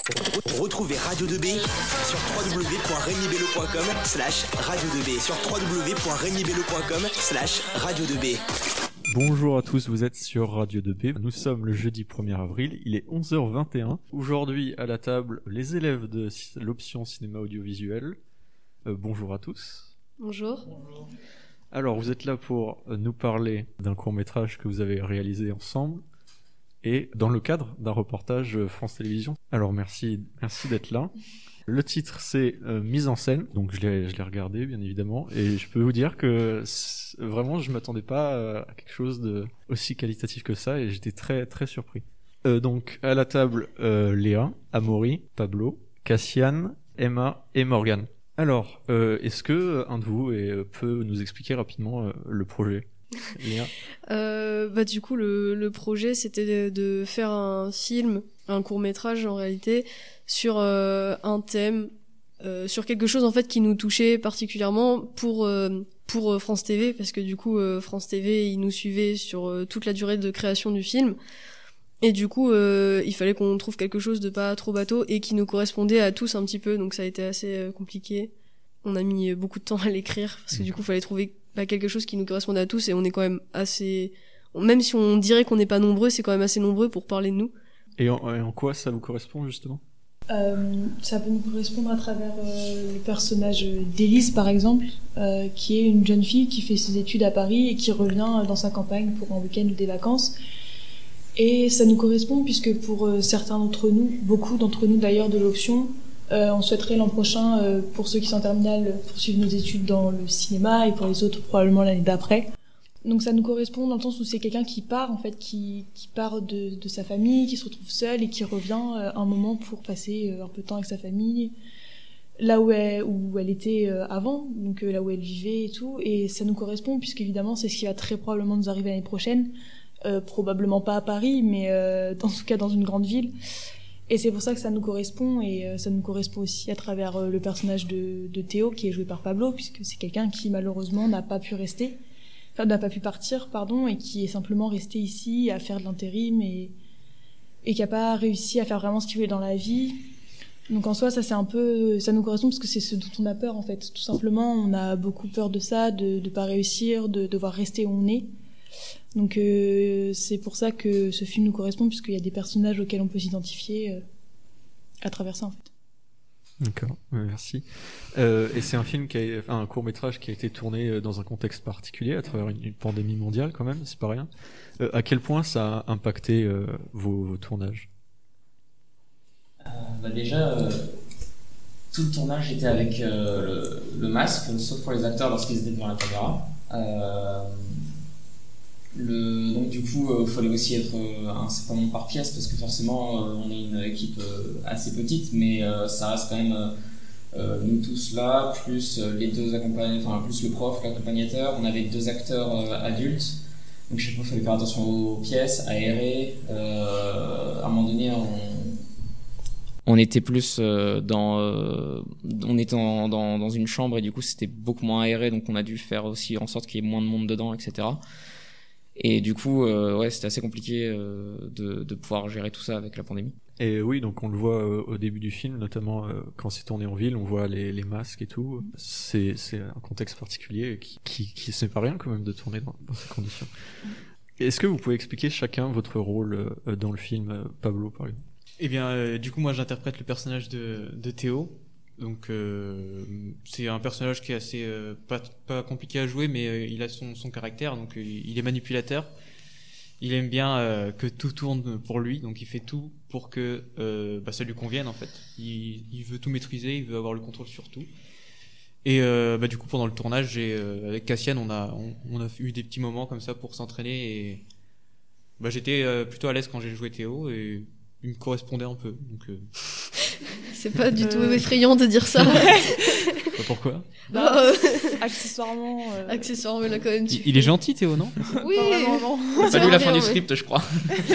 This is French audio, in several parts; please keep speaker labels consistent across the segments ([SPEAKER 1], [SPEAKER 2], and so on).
[SPEAKER 1] Retrouvez Radio 2B sur www.regnibello.com/radio2b sur www.regnibello.com/radio2b.
[SPEAKER 2] Bonjour à tous, vous êtes sur Radio 2B. Nous sommes le jeudi 1er avril, il est 11h21. Aujourd'hui à la table, les élèves de l'option cinéma audiovisuel. Bonjour à tous.
[SPEAKER 3] Bonjour.
[SPEAKER 2] Alors, vous êtes là pour nous parler d'un court-métrage que vous avez réalisé ensemble et dans le cadre d'un reportage France Télévisions. Alors, merci d'être là. Le titre, c'est Mise en scène. Donc, je l'ai regardé, bien évidemment. Et je peux vous dire que vraiment, je m'attendais pas à quelque chose de aussi qualitatif que ça. Et j'étais très, très surpris. Donc, à la table, Léa, Amaury, Pablo, Cassiane, Emma et Morgane. Alors, est-ce que un de vous peut nous expliquer rapidement le projet, Léa?
[SPEAKER 3] Du coup, le projet, c'était de faire un film, un court-métrage en réalité, sur un thème, sur quelque chose en fait qui nous touchait particulièrement pour France TV, parce que du coup, France TV, ils nous suivaient sur toute la durée de création du film. Et du coup, il fallait qu'on trouve quelque chose de pas trop bateau et qui nous correspondait à tous un petit peu, donc ça a été assez compliqué. On a mis beaucoup de temps à l'écrire, parce que du coup, il fallait trouver quelque chose qui nous correspondait à tous, et on est quand même assez... Même si on dirait qu'on n'est pas nombreux, c'est quand même assez nombreux pour parler de nous.
[SPEAKER 2] Et en quoi ça vous correspond, justement ?
[SPEAKER 4] Ça peut nous correspondre à travers le personnage d'Élise, par exemple, qui est une jeune fille qui fait ses études à Paris et qui revient dans sa campagne pour un week-end ou des vacances. Et ça nous correspond puisque pour certains d'entre nous, beaucoup d'entre nous d'ailleurs de l'option, on souhaiterait l'an prochain, pour ceux qui sont en terminale, poursuivre nos études dans le cinéma et pour les autres probablement l'année d'après. Donc ça nous correspond dans le sens où c'est quelqu'un qui part en fait, qui part de sa famille, qui se retrouve seul et qui revient un moment pour passer un peu de temps avec sa famille, là où elle était avant, donc là où elle vivait et tout. Et ça nous correspond puisqu'évidemment c'est ce qui va très probablement nous arriver l'année prochaine. Probablement pas à Paris, mais dans tout cas dans une grande ville. Et c'est pour ça que ça nous correspond, et ça nous correspond aussi à travers le personnage de Théo, qui est joué par Pablo, puisque c'est quelqu'un qui malheureusement n'a pas pu partir, et qui est simplement resté ici à faire de l'intérim et qui a pas réussi à faire vraiment ce qu'il voulait dans la vie. Donc en soi, ça nous correspond parce que c'est ce dont on a peur en fait. Tout simplement, on a beaucoup peur de ça, de pas réussir, de devoir rester où on est. Donc c'est pour ça que ce film nous correspond, puisqu'il y a des personnages auxquels on peut s'identifier à travers ça en fait.
[SPEAKER 2] D'accord, merci. Et c'est un court-métrage qui a été tourné dans un contexte particulier, à travers une pandémie mondiale quand même, c'est pas rien. À quel point ça a impacté vos tournages ?
[SPEAKER 5] Déjà, tout le tournage était avec le masque, sauf pour les acteurs lorsqu'ils étaient devant la caméra. Donc du coup, il fallait aussi être un certain nombre par pièce, parce que forcément, on est une équipe assez petite, mais ça reste quand même nous tous là, plus les deux accompagnateurs, plus le prof, l'accompagnateur. On avait 2 acteurs adultes, donc chaque fois, il fallait faire attention aux pièces, aérer. À un moment donné, on était plus on était dans une chambre, et du coup, c'était beaucoup moins aéré, donc on a dû faire aussi en sorte qu'il y ait moins de monde dedans, etc. Et du coup, c'était assez compliqué de pouvoir gérer tout ça avec la pandémie.
[SPEAKER 2] Et oui, donc on le voit au début du film, notamment quand c'est tourné en ville, on voit les masques et tout. C'est un contexte particulier qui c'est pas rien quand même de tourner dans ces conditions. Est-ce que vous pouvez expliquer chacun votre rôle dans le film, Pablo par exemple ?
[SPEAKER 6] Eh bien, du coup, moi j'interprète le personnage de Théo. Donc c'est un personnage qui est assez pas compliqué à jouer, mais il a son caractère. Donc il est manipulateur. Il aime bien que tout tourne pour lui, donc il fait tout pour que ça lui convienne en fait. Il veut tout maîtriser, il veut avoir le contrôle sur tout. Et du coup pendant le tournage, avec Cassiane, on a eu des petits moments comme ça pour s'entraîner, et j'étais plutôt à l'aise quand j'ai joué Théo, et il me correspondait un peu. Donc
[SPEAKER 3] c'est pas du tout effrayant de dire ça.
[SPEAKER 2] Pourquoi ?
[SPEAKER 4] Accessoirement,
[SPEAKER 3] il a quand même...
[SPEAKER 6] Il est gentil, Théo, non ?
[SPEAKER 3] Oui.
[SPEAKER 4] Non.
[SPEAKER 5] T'as lu la fin du script, je crois.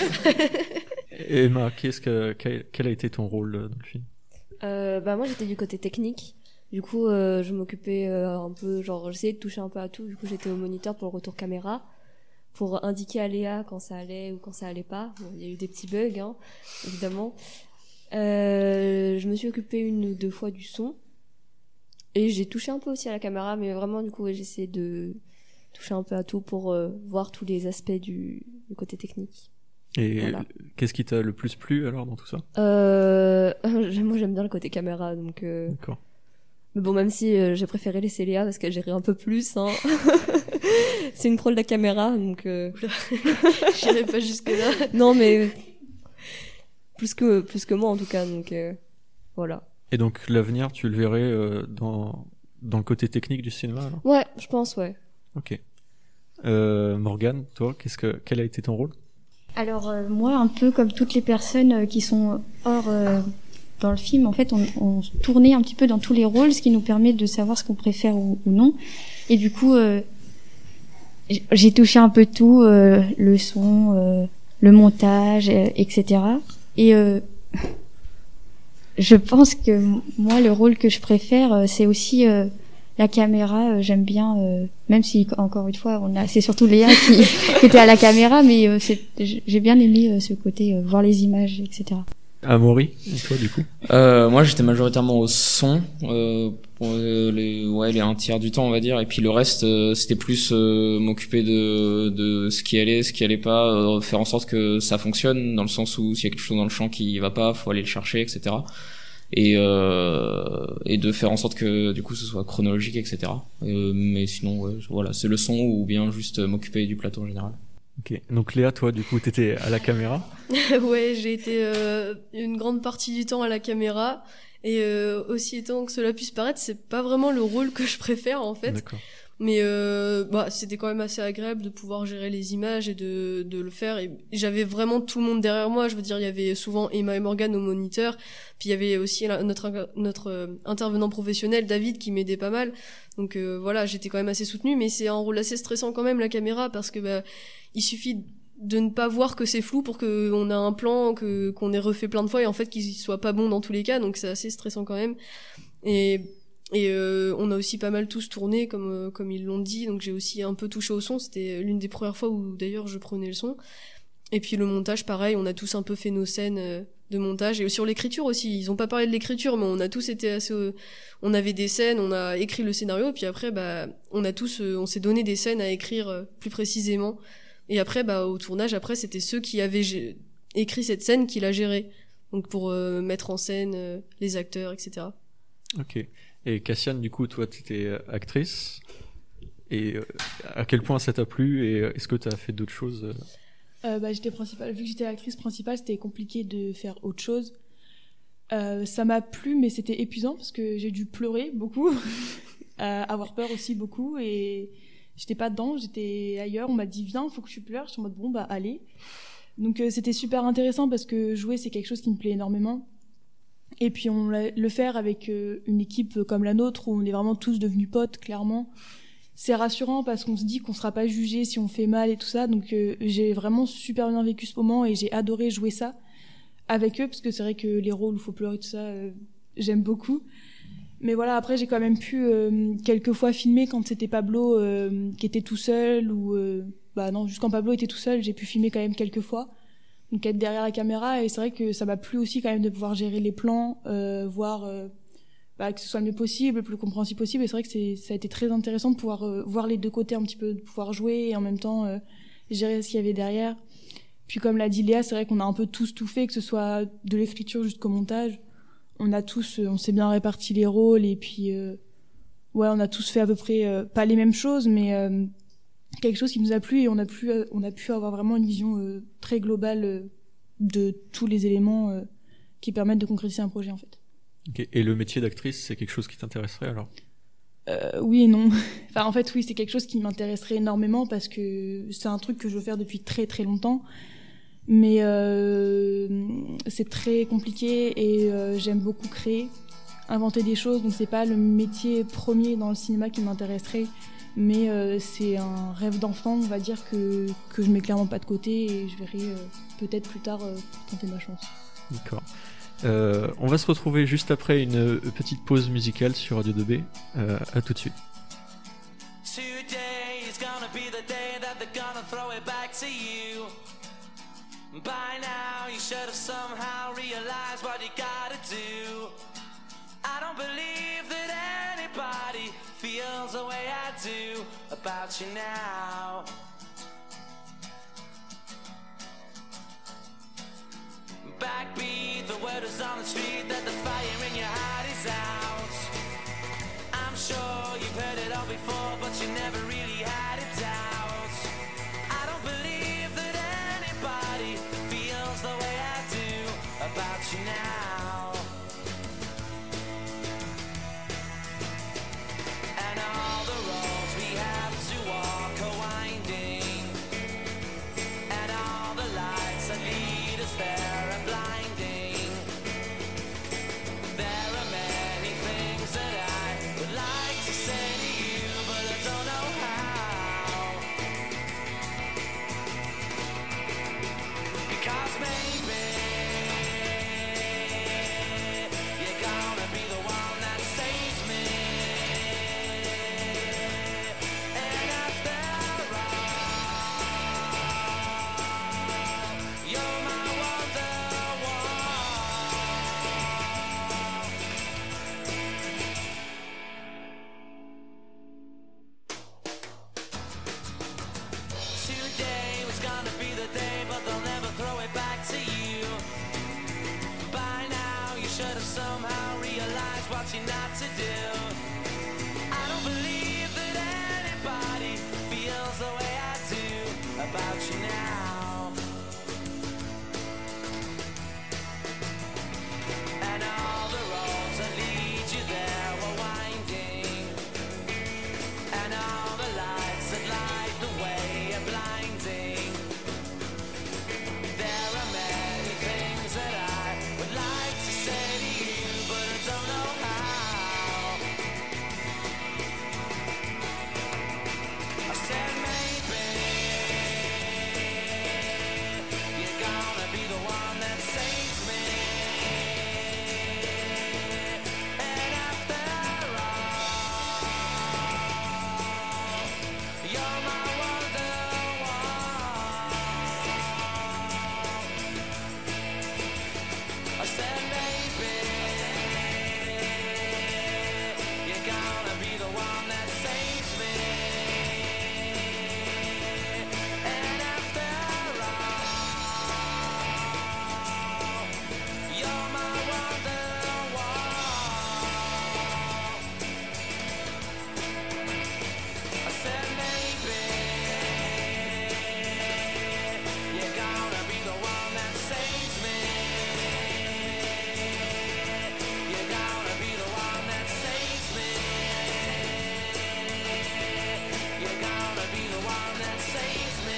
[SPEAKER 2] Emma, quel a été ton rôle dans le film ?
[SPEAKER 7] Moi, j'étais du côté technique. Du coup, je m'occupais un peu, j'essayais de toucher un peu à tout. Du coup, j'étais au moniteur pour le retour caméra, pour indiquer à Léa quand ça allait ou quand ça allait pas. Bon, il y a eu des petits bugs, évidemment. je me suis occupée 1 ou 2 fois du son. Et j'ai touché un peu aussi à la caméra, mais vraiment, du coup, j'ai essayé de toucher un peu à tout pour voir tous les aspects du côté technique.
[SPEAKER 2] Et
[SPEAKER 7] Voilà.
[SPEAKER 2] qu'est-ce qui t'a le plus plu alors dans tout ça?
[SPEAKER 7] Moi, j'aime bien le côté caméra, donc...
[SPEAKER 2] D'accord.
[SPEAKER 7] Mais bon, même si j'ai préféré laisser Léa parce qu'elle gérait un peu plus, hein. C'est une pro de la caméra, donc...
[SPEAKER 3] J'irai pas jusque-là.
[SPEAKER 7] Non, mais... plus que moi, en tout cas, donc... voilà.
[SPEAKER 2] Et donc l'avenir, tu le verrais dans le côté technique du cinéma alors?
[SPEAKER 7] Ouais, je pense, ouais.
[SPEAKER 2] Ok. Morgane, toi, quel a été ton rôle?
[SPEAKER 8] Alors moi, un peu comme toutes les personnes qui sont hors dans le film, en fait, on tournait un petit peu dans tous les rôles, ce qui nous permet de savoir ce qu'on préfère ou non. Et du coup, j'ai touché un peu tout, le son, le montage, etc. Et je pense que moi, le rôle que je préfère, c'est aussi la caméra. J'aime bien, même si encore une fois, c'est surtout Léa qui était à la caméra, mais j'ai bien aimé ce côté voir les images, etc.
[SPEAKER 2] Amaury, et toi du coup?
[SPEAKER 5] Moi j'étais majoritairement au son pour les 1/3 du temps on va dire, et puis le reste c'était plus m'occuper de ce qui allait pas, faire en sorte que ça fonctionne, dans le sens où s'il y a quelque chose dans le champ qui va pas, faut aller le chercher, etc. Et de faire en sorte que du coup ce soit chronologique, etc. Mais sinon ouais, voilà, c'est le son ou bien juste m'occuper du plateau en général.
[SPEAKER 2] Ok, donc Léa, toi du coup t'étais à la caméra?
[SPEAKER 3] Ouais, j'ai été une grande partie du temps à la caméra, et aussi étant que cela puisse paraître, c'est pas vraiment le rôle que je préfère en fait.
[SPEAKER 2] D'accord.
[SPEAKER 3] Mais c'était quand même assez agréable de pouvoir gérer les images et de le faire. Et j'avais vraiment tout le monde derrière moi. Je veux dire, il y avait souvent Emma et Morgane au moniteur. Puis il y avait aussi notre intervenant professionnel, David, qui m'aidait pas mal. Donc voilà, j'étais quand même assez soutenue. Mais c'est un rôle assez stressant quand même, la caméra, parce que il suffit de ne pas voir que c'est flou pour qu'on a un plan qu'on ait refait plein de fois et en fait qu'il soit pas bon dans tous les cas. Donc c'est assez stressant quand même. Et on a aussi pas mal tous tourné comme ils l'ont dit, donc j'ai aussi un peu touché au son. C'était l'une des premières fois où d'ailleurs je prenais le son. Et puis le montage, pareil, on a tous un peu fait nos scènes de montage. Et sur l'écriture aussi, ils ont pas parlé de l'écriture, mais on a tous été assez... on avait des scènes, on a écrit le scénario, puis après on s'est donné des scènes à écrire plus précisément. Et après au tournage, après c'était ceux qui avaient écrit cette scène qui l'a gérée, donc pour mettre en scène les acteurs, etc.
[SPEAKER 2] Ok. Et Cassiane, du coup, toi, t'étais actrice. Et à quel point ça t'a plu, et est-ce que t'as fait d'autres choses?
[SPEAKER 4] J'étais principale. Vu que j'étais l'actrice principale, c'était compliqué de faire autre chose. Ça m'a plu, mais c'était épuisant parce que j'ai dû pleurer beaucoup, avoir peur aussi beaucoup, et j'étais pas dedans, j'étais ailleurs. On m'a dit viens, faut que tu pleures. Je suis en mode bon allez. Donc c'était super intéressant parce que jouer c'est quelque chose qui me plaît énormément. Et puis le faire avec une équipe comme la nôtre où on est vraiment tous devenus potes, clairement, c'est rassurant parce qu'on se dit qu'on sera pas jugé si on fait mal et tout ça. Donc j'ai vraiment super bien vécu ce moment et j'ai adoré jouer ça avec eux, parce que c'est vrai que les rôles où il faut pleurer, tout ça, j'aime beaucoup. Mais voilà, après j'ai quand même pu quelques fois filmer quand c'était Pablo qui était tout seul, ou non, juste quand Pablo était tout seul, j'ai pu filmer quand même quelques fois. Donc être derrière la caméra, et c'est vrai que ça m'a plu aussi quand même de pouvoir gérer les plans, voir que ce soit le mieux possible, le plus compréhensible possible. Et c'est vrai que ça a été très intéressant de pouvoir voir les deux côtés un petit peu, de pouvoir jouer et en même temps gérer ce qu'il y avait derrière. Puis comme l'a dit Léa, c'est vrai qu'on a un peu tous tout fait, que ce soit de l'écriture jusqu'au montage. On s'est bien réparti les rôles, et puis on a tous fait à peu près pas les mêmes choses, mais quelque chose qui nous a plu, et on a pu avoir vraiment une vision très globale de tous les éléments qui permettent de concrétiser un projet en fait.
[SPEAKER 2] Okay. Et le métier d'actrice, c'est quelque chose qui t'intéresserait alors?
[SPEAKER 4] Oui et non. Enfin en fait oui, c'est quelque chose qui m'intéresserait énormément parce que c'est un truc que je veux faire depuis très très longtemps, mais c'est très compliqué et j'aime beaucoup créer, inventer des choses, donc c'est pas le métier premier dans le cinéma qui m'intéresserait. Mais c'est un rêve d'enfant, on va dire, que je mets clairement pas de côté, et je verrai peut-être plus tard tenter ma chance.
[SPEAKER 2] D'accord. On va se retrouver juste après une petite pause musicale sur Radio 2B. À tout de suite.
[SPEAKER 9] Today is gonna be the day that they're gonna throw it back to you. By now you should have somehow realized what you gotta do. don't believe that anybody feels the way I do about you now. Backbeat, the word is on the street that the fire in your heart is out. I'm sure you've heard it all before, but you never really had it out. I don't believe that anybody feels the way I do about you now. And all the roads we have to walk are winding, and all the lights that lead us there are blinding. There are many things that I would like to say to you, but I don't know how. Because maybe you're gonna be the one that saves me. And after all, you're my wonderwall. Today was gonna be the day, but they'll never throw it back to you. By now you should have somehow realized what you're not to do. I don't believe that anybody feels the way I do about you now. And all the roads that lead you there were winding, and all the lights that light the way are blinding. There are many things that I would like to say to you, but I don't know how. I said maybe you're gonna be the one that saves me. And after all, you're my wonderwall. I said maybe you're gonna be the one that saves me. And after all, you're my wonderwall. I said maybe you're gonna be the one that saves me. You're gonna be the one that saves me. You're gonna be the one that saves me.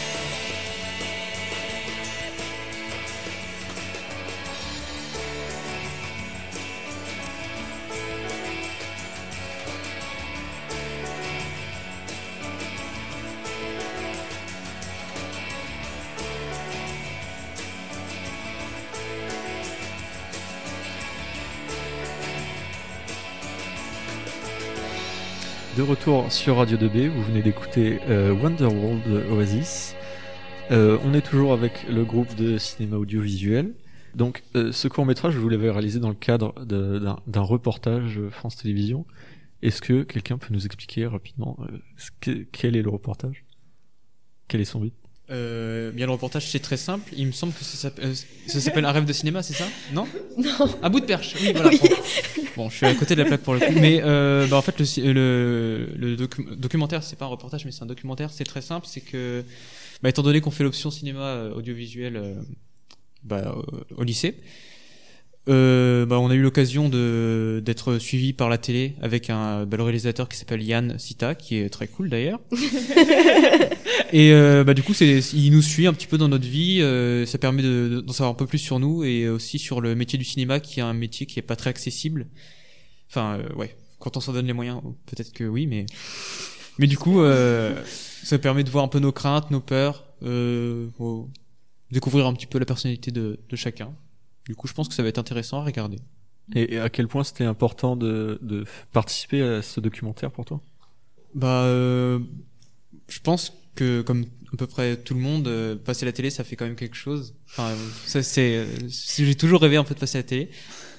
[SPEAKER 2] De retour sur Radio 2B, vous venez d'écouter Wonderworld de Oasis. On est toujours avec le groupe de cinéma audiovisuel. Donc ce court-métrage, vous l'avez réalisé dans le cadre d'un reportage France Télévisions. Est-ce que quelqu'un peut nous expliquer rapidement quel est le reportage ? Quel est son but ?
[SPEAKER 6] Bien, le reportage, c'est très simple. Il me semble que ça s'appelle Un rêve de cinéma, c'est ça ? Non ?
[SPEAKER 3] Non.
[SPEAKER 6] À bout de perche. Oui, voilà.
[SPEAKER 3] Oui.
[SPEAKER 6] Bon, je suis à côté de la plaque pour le coup. Mais en fait, le documentaire, c'est pas un reportage, mais c'est un documentaire. C'est très simple. C'est que, étant donné qu'on fait l'option cinéma audiovisuel au lycée, on a eu l'occasion d'être suivi par la télé avec le réalisateur qui s'appelle Yann Sita, qui est très cool d'ailleurs. Et du coup, il nous suit un petit peu dans notre vie. Ça permet d'en savoir un peu plus sur nous et aussi sur le métier du cinéma, qui est un métier qui est pas très accessible. Enfin, quand on s'en donne les moyens, peut-être que oui, mais du coup, ça permet de voir un peu nos craintes, nos peurs, découvrir un petit peu la personnalité de chacun. Du coup, je pense que ça va être intéressant à regarder.
[SPEAKER 2] Et à quel point c'était important de participer à ce documentaire pour toi ?
[SPEAKER 6] Je pense que, comme à peu près tout le monde, passer à la télé, ça fait quand même quelque chose. Enfin, j'ai toujours rêvé un peu de passer à la télé.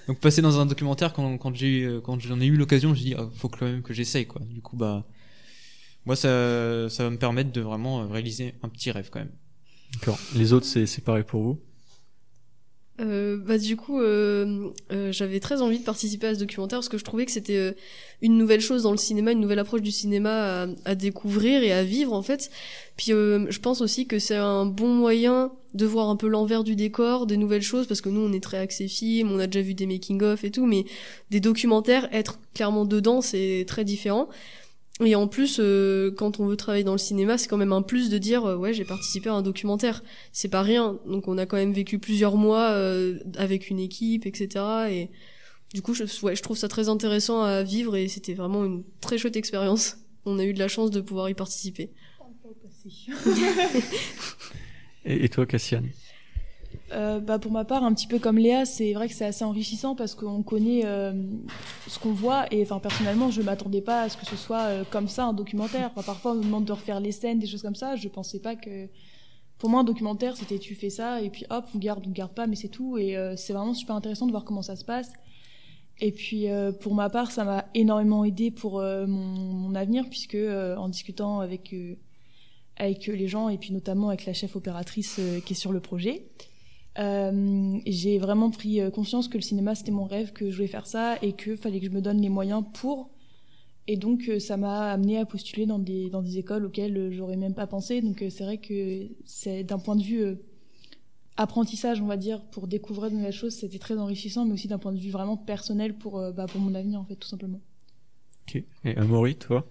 [SPEAKER 6] Donc passer dans un documentaire, quand j'en ai eu l'occasion, je me suis dit, faut quand même que j'essaye, quoi. Du coup, moi, ça va me permettre de vraiment réaliser un petit rêve, quand même.
[SPEAKER 2] D'accord. Les autres, c'est pareil pour vous?
[SPEAKER 3] Du coup, j'avais très envie de participer à ce documentaire parce que je trouvais que c'était une nouvelle chose dans le cinéma, une nouvelle approche du cinéma à découvrir et à vivre en fait. Puis je pense aussi que c'est un bon moyen de voir un peu l'envers du décor, des nouvelles choses, parce que nous on est très axé film, on a déjà vu des making-of et tout, mais des documentaires, être clairement dedans, c'est très différent. Et en plus, quand on veut travailler dans le cinéma, c'est quand même un plus de dire ouais, j'ai participé à un documentaire. C'est pas rien. Donc on a quand même vécu plusieurs mois avec une équipe, etc. Et du coup, je trouve ça très intéressant à vivre et c'était vraiment une très chouette expérience. On a eu de la chance de pouvoir y participer.
[SPEAKER 2] Et toi, Cassiane?
[SPEAKER 4] Pour ma part, un petit peu comme Léa, c'est vrai que c'est assez enrichissant parce qu'on connaît ce qu'on voit et enfin personnellement, je m'attendais pas à ce que ce soit comme ça un documentaire. Enfin, parfois, on nous demande de refaire les scènes, des choses comme ça. Je pensais pas que pour moi un documentaire, c'était tu fais ça et puis hop, on garde pas, mais c'est tout. Et c'est vraiment super intéressant de voir comment ça se passe. Et puis pour ma part, ça m'a énormément aidé pour mon avenir puisque en discutant avec les gens et puis notamment avec la chef opératrice qui est sur le projet. J'ai vraiment pris conscience que le cinéma c'était mon rêve, que je voulais faire ça et que fallait que je me donne les moyens pour, et donc ça m'a amené à postuler dans des écoles auxquelles j'aurais même pas pensé. Donc c'est vrai que c'est d'un point de vue apprentissage, on va dire, pour découvrir de nouvelles choses, c'était très enrichissant, mais aussi d'un point de vue vraiment personnel pour mon avenir en fait, tout simplement.
[SPEAKER 2] Ok. Et Amaury, toi?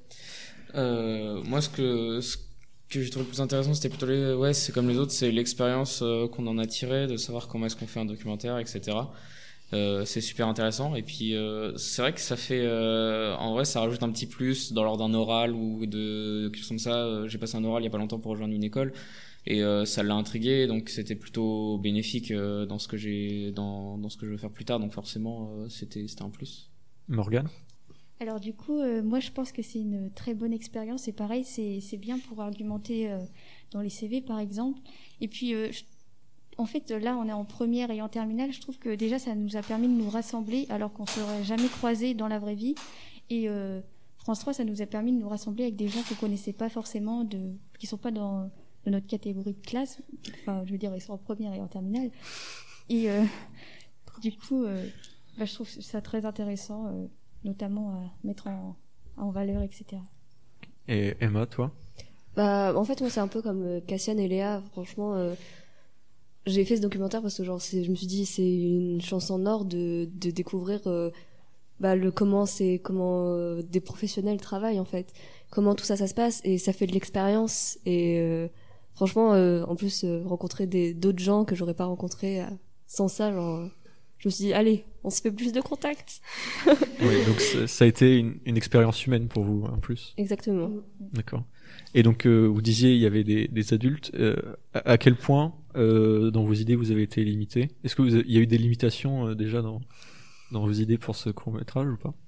[SPEAKER 5] Moi ce que j'ai trouvé le plus intéressant, c'était plutôt c'est comme les autres, c'est l'expérience qu'on en a tirée, de savoir comment est-ce qu'on fait un documentaire, etc. C'est super intéressant. Et puis c'est vrai que ça fait, en vrai, ça rajoute un petit plus dans l'ordre d'un oral ou de quelque chose comme ça. J'ai passé un oral il y a pas longtemps pour rejoindre une école et ça l'a intrigué, donc c'était plutôt bénéfique dans ce que je veux faire plus tard. Donc forcément, c'était un plus.
[SPEAKER 2] Morgane?
[SPEAKER 8] Alors du coup, moi je pense que c'est une très bonne expérience et pareil, c'est bien pour argumenter dans les CV par exemple. Et puis en fait là on est en première et en terminale, je trouve que déjà ça nous a permis de nous rassembler alors qu'on ne serait jamais croisés dans la vraie vie. Et France 3 ça nous a permis de nous rassembler avec des gens qu'on connaissait pas forcément, qui sont pas dans notre catégorie de classe. Enfin je veux dire ils sont en première et en terminale. Et du coup je trouve ça très intéressant. Notamment à mettre en valeur, etc.
[SPEAKER 2] Et Emma, toi?
[SPEAKER 7] En fait, moi, c'est un peu comme Cassiane et Léa. Franchement, j'ai fait ce documentaire parce que je me suis dit, c'est une chance en or de découvrir comment des professionnels travaillent, en fait. Comment tout ça se passe, et ça fait de l'expérience. Et franchement, en plus, rencontrer d'autres gens que j'aurais pas rencontrés sans ça, je me suis dit, allez, on se fait plus de contacts.
[SPEAKER 2] Oui, donc ça a été une expérience humaine pour vous, en plus.
[SPEAKER 7] Exactement.
[SPEAKER 2] D'accord. Et donc, vous disiez, il y avait des adultes. À quel point, dans vos idées, vous avez été limités? Est-ce que il y a eu des limitations déjà dans vos idées pour ce court-métrage ou pas?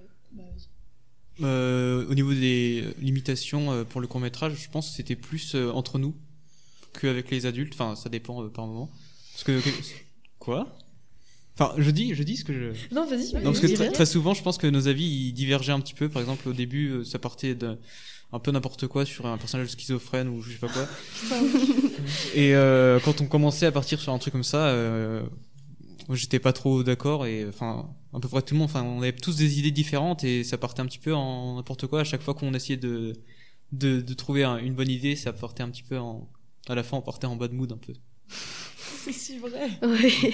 [SPEAKER 6] Au niveau des limitations pour le court-métrage, je pense que c'était plus entre nous qu'avec les adultes. Enfin, ça dépend par moment. Parce que... Quoi? Enfin, je dis ce que je...
[SPEAKER 3] Non, vas-y.
[SPEAKER 6] Non, parce que très souvent, je pense que nos avis, ils divergeaient un petit peu. Par exemple, au début, ça partait un peu n'importe quoi sur un personnage schizophrène ou je sais pas quoi. Et quand on commençait à partir sur un truc comme ça, j'étais pas trop d'accord. Et enfin, à peu près tout le monde, on avait tous des idées différentes et ça partait un petit peu en n'importe quoi. À chaque fois qu'on essayait de trouver une bonne idée, ça partait un petit peu à la fin, on partait en bad mood un peu.
[SPEAKER 4] C'est si vrai.
[SPEAKER 3] Ouais.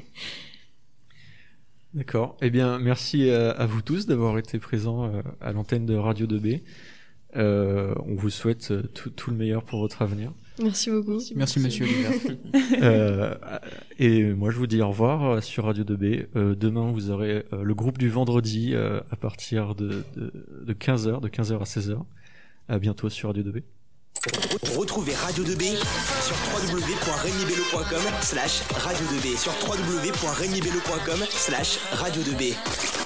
[SPEAKER 2] D'accord. Eh bien, merci à vous tous d'avoir été présents à l'antenne de Radio 2B. On vous souhaite tout le meilleur pour votre avenir.
[SPEAKER 3] Merci beaucoup.
[SPEAKER 6] Merci monsieur Oliver.
[SPEAKER 2] Et moi, je vous dis au revoir sur Radio 2B. Demain, vous aurez le groupe du vendredi à partir de 15h, de 15h à 16h. À bientôt sur Radio 2B.
[SPEAKER 1] Retrouvez Radio 2B sur www.regnibello.com/radio2b, sur www.regnibello.com/radio2b.